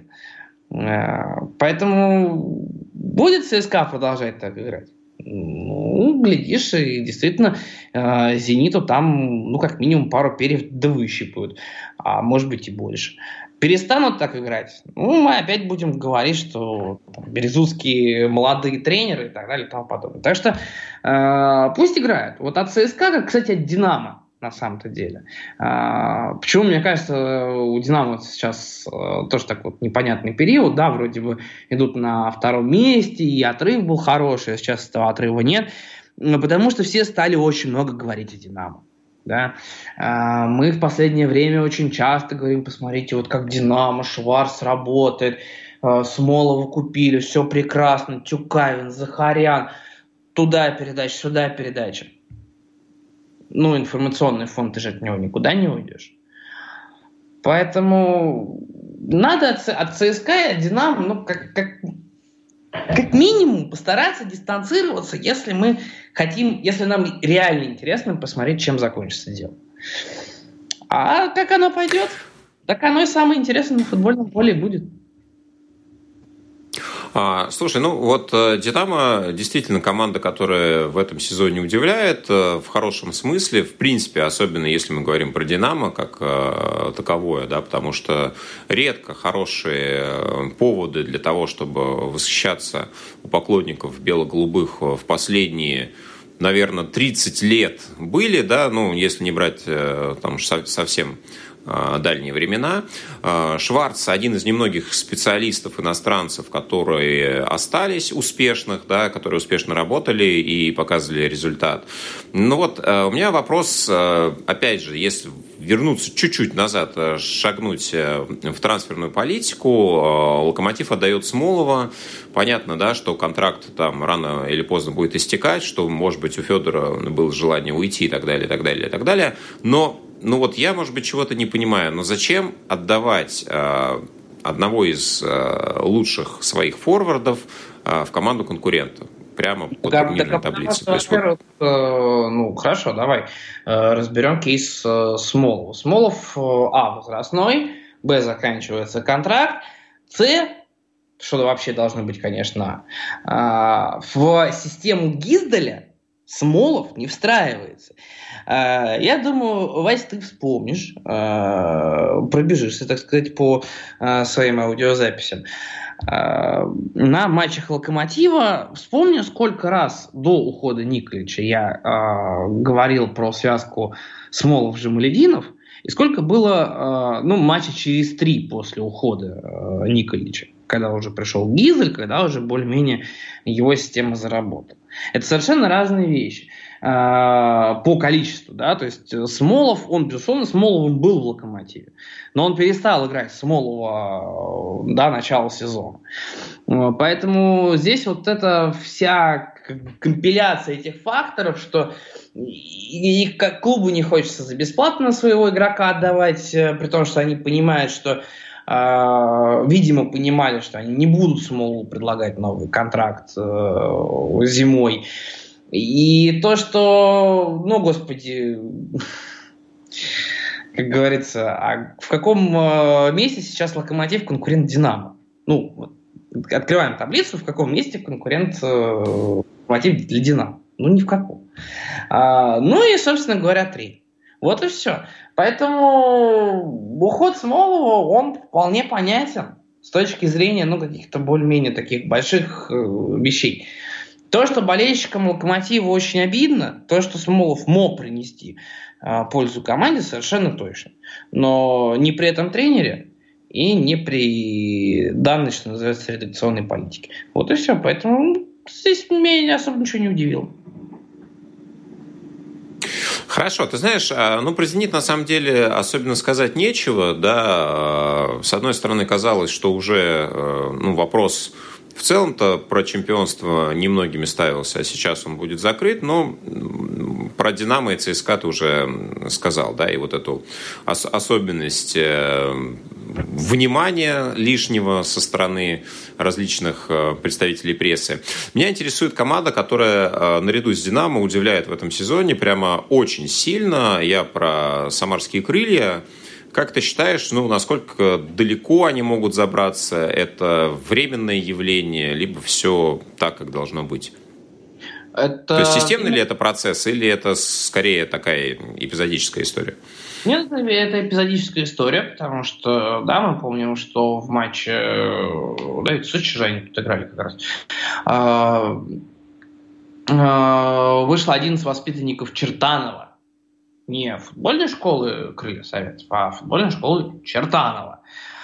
Поэтому будет ЦСКА продолжать так играть? Ну, глядишь, и действительно «Зениту» там, ну, как минимум пару перьев да выщипают, а может быть и больше. Перестанут так играть, ну, мы опять будем говорить, что там, березутские молодые тренеры и так далее и тому подобное. Так что пусть играют. Вот от ЦСКА, как, кстати, от «Динамо», на самом-то деле. Почему, мне кажется, у «Динамо» сейчас тоже так вот непонятный период, да, вроде бы идут на втором месте, и отрыв был хороший, а сейчас этого отрыва нет, потому что все стали очень много говорить о «Динамо». Да? Мы в последнее время очень часто говорим, посмотрите, вот как «Динамо», Шварц работает, Смолова купили, все прекрасно, Тюкавин, Захарян, туда передача, сюда передача. Ну, информационный фон, ты же от него никуда не уйдешь. Поэтому надо от ЦСКА и от «Динамо, ну, как минимум постараться дистанцироваться, если мы хотим, если нам реально интересно посмотреть, чем закончится дело. А как оно пойдет, так оно и самое интересное на футбольном поле будет. Слушай, ну вот «Динамо» действительно команда, которая в этом сезоне удивляет в хорошем смысле, в принципе, особенно если мы говорим про «Динамо» как таковое, да, потому что редко хорошие поводы для того, чтобы восхищаться у поклонников бело-голубых в последние, наверное, 30 лет были, да, ну, если не брать там совсем дальние времена. Шварц один из немногих специалистов, иностранцев, которые остались успешных, да, которые успешно работали и показывали результат. Ну вот, у меня вопрос, опять же, если вернуться чуть-чуть назад, шагнуть в трансферную политику, «Локомотив» отдает Смолова. Понятно, да, что контракт там рано или поздно будет истекать, что, может быть, у Федора было желание уйти и так далее, и так далее, и так далее. Но ну вот я, может быть, чего-то не понимаю, но зачем отдавать одного из лучших своих форвардов в команду конкурента? Прямо по турнирной таблице. Во-первых, ну хорошо, давай разберем кейс Смолова. Смолов возрастной, Б заканчивается контракт, С, что вообще должно быть, конечно, в систему Гиздаля Смолов не встраивается. Я думаю, Вася, ты вспомнишь, пробежишься, так сказать, по своим аудиозаписям. На матчах «Локомотива» вспомню, сколько раз до ухода Николича я говорил про связку Смолов-Жамалединов, и сколько было матчей через 3 после ухода Николича, когда уже пришел Гизель, когда уже более-менее его система заработала. Это совершенно разные вещи по количеству, да, то есть Смолов, он, безусловно, Смоловым был в «Локомотиве», но он перестал играть Смолова до начала сезона. Поэтому здесь вот эта вся компиляция этих факторов, что и как клубу не хочется за бесплатно своего игрока отдавать, при том, что они понимают, что видимо, понимали, что они не будут Смолову предлагать новый контракт зимой. И то, что, ну, господи, как говорится, а в каком месте сейчас «Локомотив» конкурент «Динамо»? Ну, вот, открываем таблицу, в каком месте конкурент «Локомотив» для «Динамо». Ну, ни в каком. Ну и, собственно говоря, 3. Вот и все. Поэтому уход Смолова, он вполне понятен с точки зрения, ну, каких-то более-менее таких больших вещей. То, что болельщикам Локомотива очень обидно, то, что Смолов мог принести пользу команде, совершенно точно. Но не при этом тренере и не при данной, что называется, редакционной политике. Вот и все. Поэтому здесь меня особо ничего не удивило. Хорошо, ты знаешь, про «Зенит» на самом деле особенно сказать нечего, да, с одной стороны казалось, что уже, вопрос в целом-то про чемпионство немногими ставился, а сейчас он будет закрыт, но про «Динамо» и ЦСКА ты уже сказал, да, и вот эту особенность внимания лишнего со стороны различных представителей прессы. Меня интересует команда, которая наряду с «Динамо» удивляет в этом сезоне прямо очень сильно. Я про «Самарские крылья». Как ты считаешь, насколько далеко они могут забраться? Это временное явление, либо все так, как должно быть? То есть системный ли это процесс, или это скорее такая эпизодическая история? Нет, это эпизодическая история, потому что, да, мы помним, что в матче, да, и в Сочи же они тут играли как раз, вышло 11 воспитанников Чертанова. Не футбольной школы «Крылья Советов», а футбольной школы Чертанова.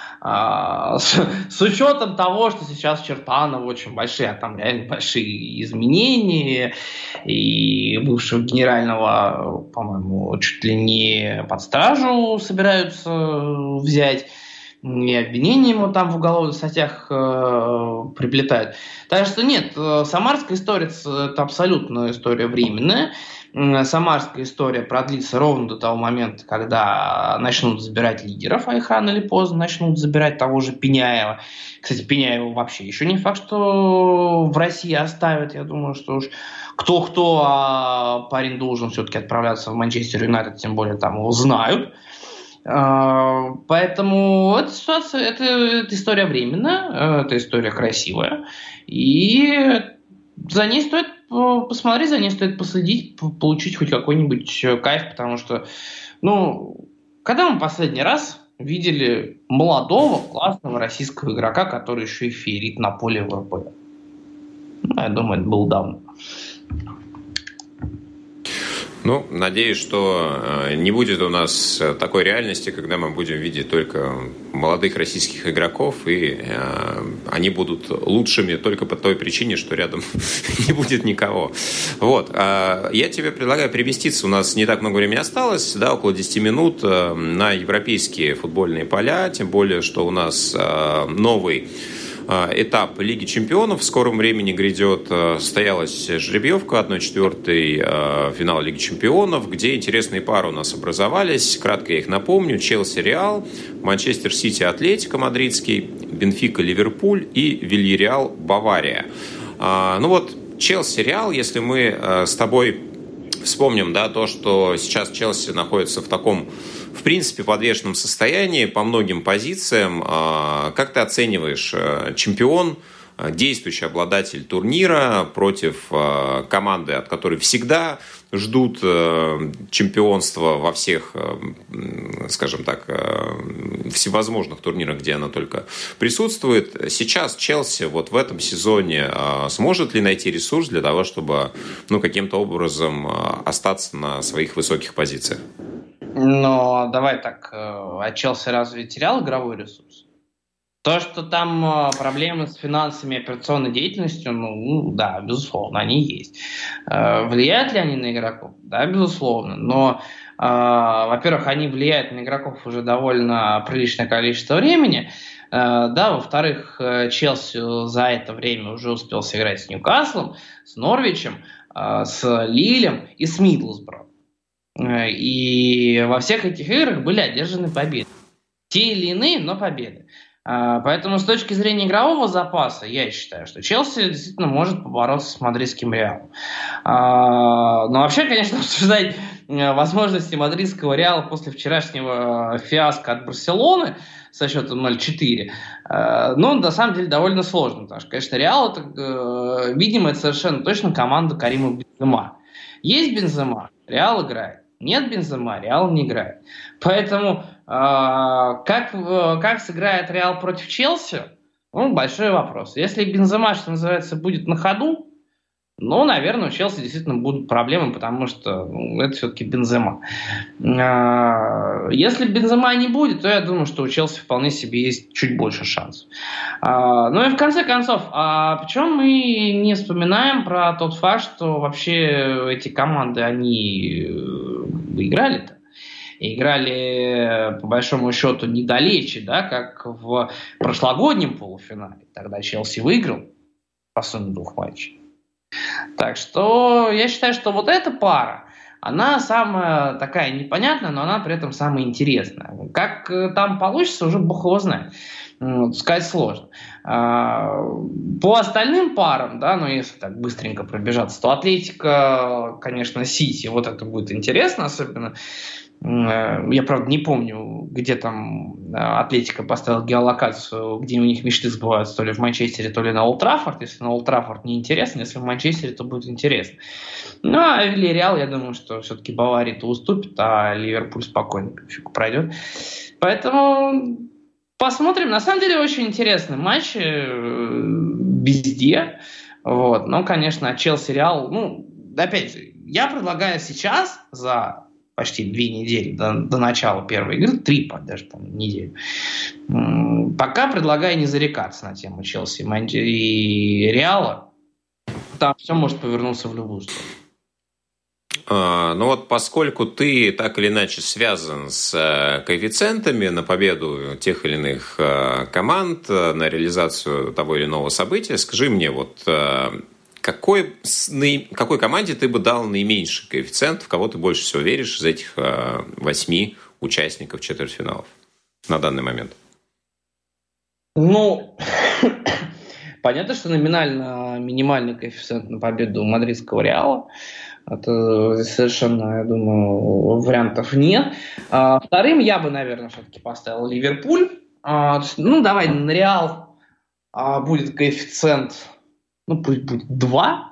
С учетом того, что сейчас Чертанова очень большие, а там реально большие изменения, и бывшего генерального, по-моему, чуть ли не под стражу собираются взять, и обвинения ему там в уголовных статьях приплетают. Так что нет, самарская история – это абсолютно история временная. Самарская история продлится ровно до того момента, когда начнут забирать лидеров, а их рано или поздно начнут забирать того же Пеняева. Кстати, Пеняева вообще еще не факт, что в России оставят. Я думаю, что уж кто-кто, а парень должен все-таки отправляться в Манчестер Юнайтед, тем более там его знают. Поэтому эта ситуация, это история временная, это история красивая. И за ней стоит посмотреть, за ней стоит последить, получить хоть какой-нибудь кайф, потому что, когда мы последний раз видели молодого, классного российского игрока, который еще и феерит на поле в РПЛ? Я думаю, это было давно. Надеюсь, что не будет у нас такой реальности, когда мы будем видеть только молодых российских игроков, и они будут лучшими только по той причине, что рядом не будет никого. Вот. Я тебе предлагаю переместиться, у нас не так много времени осталось, да, около 10 минут, на европейские футбольные поля, тем более, что у нас новый этап Лиги Чемпионов в скором времени грядет. Состоялась жеребьевка 1/4 финала Лиги Чемпионов, где интересные пары у нас образовались. Кратко я их напомню. Челси Реал, Манчестер Сити Атлетико Мадридский, Бенфика Ливерпуль и Вильярреал Бавария. Челси Реал, если мы с тобой вспомним, да, то, что сейчас Челси находится в таком, в принципе, подвешенном состоянии по многим позициям. Как ты оцениваешь чемпион, действующий обладатель турнира против команды, от которой всегда ждут чемпионства во всех, скажем так, всевозможных турнирах, где она только присутствует. Сейчас Челси вот в этом сезоне сможет ли найти ресурс для того, чтобы каким-то образом остаться на своих высоких позициях? Давай так, а Челси разве терял игровой ресурс? То, что там проблемы с финансами и операционной деятельностью, да, безусловно, они есть. Влияют ли они на игроков? Да, безусловно. Но, во-первых, они влияют на игроков уже довольно приличное количество времени. Да, во-вторых, Челси за это время уже успел сыграть с Ньюкаслом, с Норвичем, с Лилем и с Мидлсбро. И во всех этих играх были одержаны победы. Те или иные, но победы. Поэтому с точки зрения игрового запаса, я считаю, что Челси действительно может побороться с мадридским Реалом. Но вообще, конечно, обсуждать возможности мадридского Реала после вчерашнего фиаско от Барселоны со счетом 0-4, на самом деле довольно сложно. Потому что, конечно, Реал, это, видимо, это совершенно точно команда Карима Бензема. Есть Бензема, Реал играет. Нет Бензема, Реал не играет. Поэтому как сыграет Реал против Челси, большой вопрос. Если Бензема, что называется, будет на ходу, Но, наверное, у Челси действительно будут проблемы, потому что это все-таки Бензема. Если Бензема не будет, то я думаю, что у Челси вполне себе есть чуть больше шансов. Ну и в конце концов, почему мы не вспоминаем про тот факт, что вообще эти команды, они выиграли-то? И играли, по большому счету, недалече, да, как в прошлогоднем полуфинале. Тогда Челси выиграл по сумме 2 матчей. Так что я считаю, что вот эта пара, она самая такая непонятная, но она при этом самая интересная. Как там получится, уже бог его знает. Сказать сложно. По остальным парам, да, ну если так быстренько пробежаться, то Атлетико, конечно, Сити, вот это будет интересно, особенно. Я, правда, не помню, где там Атлетико поставил геолокацию, где у них мечты сбываются, то ли в Манчестере, то ли на Олд Траффорд. Если на Олд Траффорд не интересно, если в Манчестере, то будет интересно. Ну, а Вильярреал, я думаю, что все-таки Бавария-то уступит, а Ливерпуль спокойно пройдет. Поэтому посмотрим. На самом деле, очень интересный матч везде. Вот. Но, конечно, Челси-Реал, ну, опять же, я предлагаю сейчас за почти 2 недели до начала первой игры, 3 даже там недели. Пока предлагаю не зарекаться на тему Челси и Реала. Там все может повернуться в любую сторону. Ну вот поскольку ты так или иначе связан с коэффициентами на победу тех или иных команд, на реализацию того или иного события, скажи мне, вот какой команде ты бы дал наименьший коэффициент, в кого ты больше всего веришь из этих 8 участников четвертьфиналов на данный момент? Ну, понятно, что номинально минимальный коэффициент на победу у мадридского Реала. Это совершенно, я думаю, вариантов нет. Вторым я бы, наверное, все-таки поставил Ливерпуль. Ну, давай на Реал будет коэффициент, ну, пусть будет 2.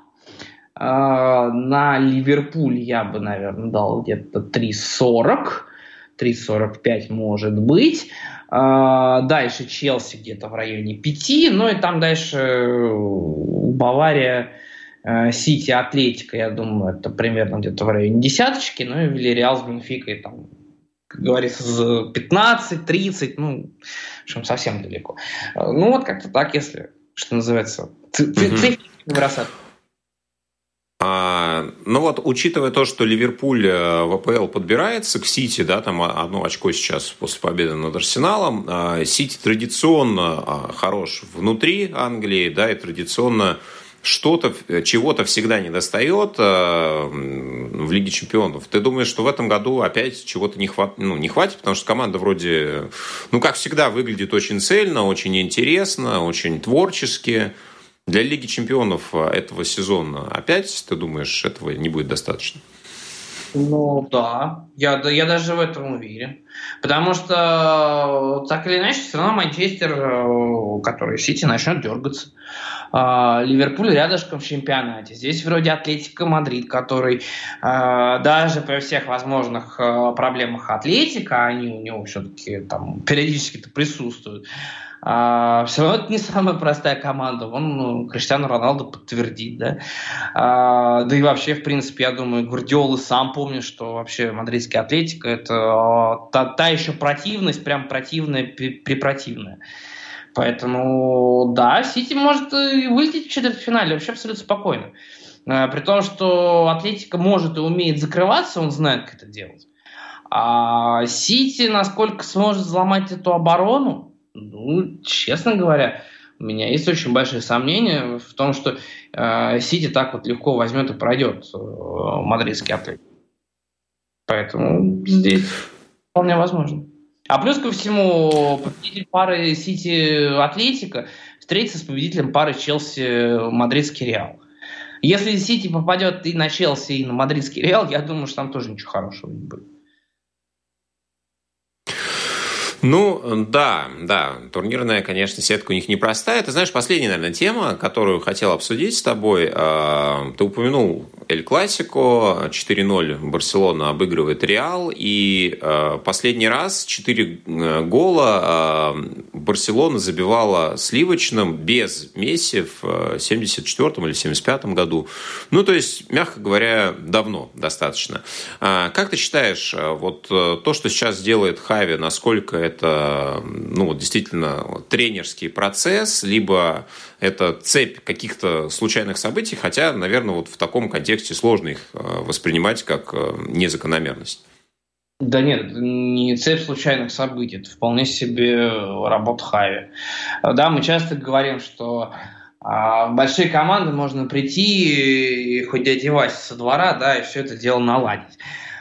На Ливерпуль я бы, наверное, дал где-то 3,40. 3,45 может быть. Дальше Челси где-то в районе 5. Ну и там дальше Бавария, Сити, Атлетико, я думаю, это примерно где-то в районе 10. Ну и Вильярреал с Бенфикой, там, как говорится, 15-30, ну, в общем, совсем далеко. Ну вот как-то так, если, что называется, цифры бросать. Ну вот, учитывая то, что Ливерпуль в АПЛ подбирается к Сити, да, там 1 очко сейчас после победы над Арсеналом, Сити традиционно хорош внутри Англии, да, и традиционно чего-то всегда недостает в Лиге Чемпионов. Ты думаешь, что в этом году опять чего-то не хватит, потому что команда вроде, ну, как всегда, выглядит очень цельно, очень интересно, очень творчески. Для Лиги Чемпионов этого сезона опять, ты думаешь, этого не будет достаточно? Ну да, я даже в этом уверен. Потому что, так или иначе, все равно Манчестер, который Сити, начнет дергаться. Ливерпуль рядышком в чемпионате. Здесь вроде Атлетико Мадрид, который даже при всех возможных проблемах Атлетика, они у него все-таки там периодически-то присутствуют, все равно это не самая простая команда. Вон Криштиану Роналду подтвердит, да. Да и вообще, в принципе, я думаю, Гвардиола сам помнит, что вообще мадридский Атлетико это та еще противность, прям противная, препротивная. Поэтому, да, Сити может вылететь в четвертьфинале вообще абсолютно спокойно. При том, что Атлетико может и умеет закрываться, он знает, как это делать. А Сити, насколько сможет взломать эту оборону, ну, честно говоря, у меня есть очень большие сомнения в том, что Сити так вот легко возьмет и пройдет мадридский Атлетико. Поэтому здесь вполне возможно. А плюс ко всему, победитель пары Сити-Атлетико встретится с победителем пары Челси-Мадридский Реал. Если Сити попадет и на Челси, и на Мадридский Реал, я думаю, что там тоже ничего хорошего не будет. Ну, да, турнирная, конечно, сетка у них непростая. Ты знаешь, последняя, наверное, тема, которую хотел обсудить с тобой. Ты упомянул Эль Классико, 4-0 Барселона обыгрывает Реал, и последний раз 4 гола Барселона забивала сливочным без Месси в 74-м или 75-м году. Ну, то есть, мягко говоря, давно достаточно. Как ты считаешь, вот то, что сейчас делает Хави, насколько это действительно тренерский процесс, либо это цепь каких-то случайных событий, хотя, наверное, вот в таком контексте сложно их воспринимать как незакономерность? Да нет, не цепь случайных событий, это вполне себе работа Хави. Да, мы часто говорим, что в большие команды можно прийти и хоть дядя Вася со двора, да, и все это дело наладить.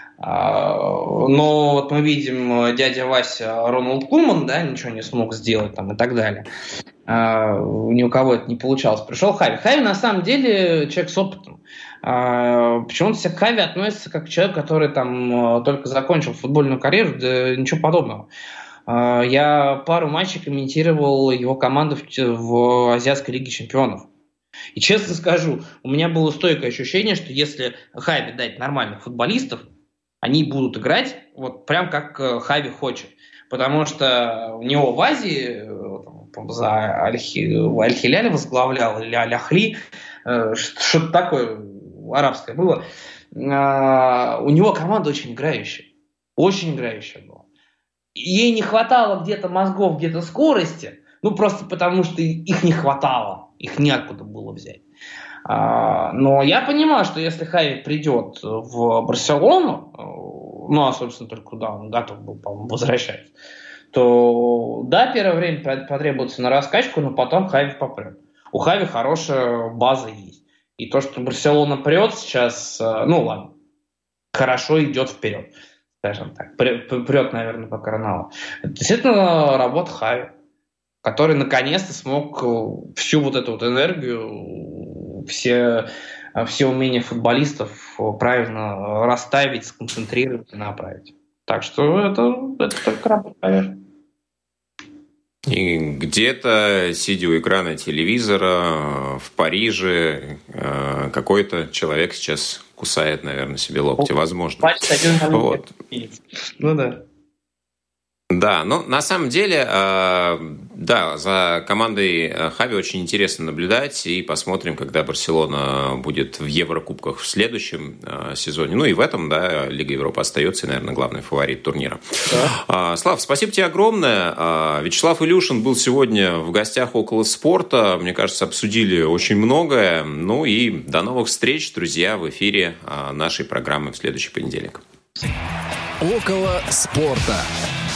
Но вот мы видим, дядя Вася Роналд Куман, да, ничего не смог сделать там и так далее. Ни у кого это не получалось. Пришел Хави. Хави на самом деле человек с опытом. Почему-то все к Хави относятся как к человеку, который там только закончил футбольную карьеру, да ничего подобного. Я пару матчей комментировал его команду в Азиатской лиге чемпионов. И честно скажу, у меня было стойкое ощущение, что если Хави дать нормальных футболистов, они будут играть вот прям как Хави хочет. Потому что у него в Азии за Аль-Хиляль возглавлял, или Аль-Ахли, что-то такое арабское было. У него команда очень играющая. Очень играющая была. Ей не хватало где-то мозгов, где-то скорости, просто потому что их не хватало. Их неоткуда было взять. Но я понимаю, что если Хави придет в Барселону, а, собственно, только куда он готов был, по-моему, возвращаться, то, да, первое время потребуется на раскачку, но потом Хави попрет. У Хави хорошая база есть. И то, что Барселона прет сейчас, ладно, хорошо идет вперед, скажем так. Прет, наверное, пока рано. Это действительно работа Хави, который наконец-то смог всю вот эту вот энергию, все умения футболистов правильно расставить, сконцентрировать и направить. Так что это только работа, наверное. И где-то, сидя у экрана телевизора в Париже, какой-то человек сейчас кусает, наверное, себе локти. Возможно. Вот. Да. Да, на самом деле, да, за командой Хави очень интересно наблюдать, и посмотрим, когда Барселона будет в Еврокубках в следующем сезоне. И в этом, да, Лига Европы остается, наверное, главный фаворит турнира. Да. Слав, спасибо тебе огромное. Вячеслав Илюшин был сегодня в гостях «Около спорта». Мне кажется, обсудили очень многое. И до новых встреч, друзья, в эфире нашей программы в следующий понедельник. «Около спорта».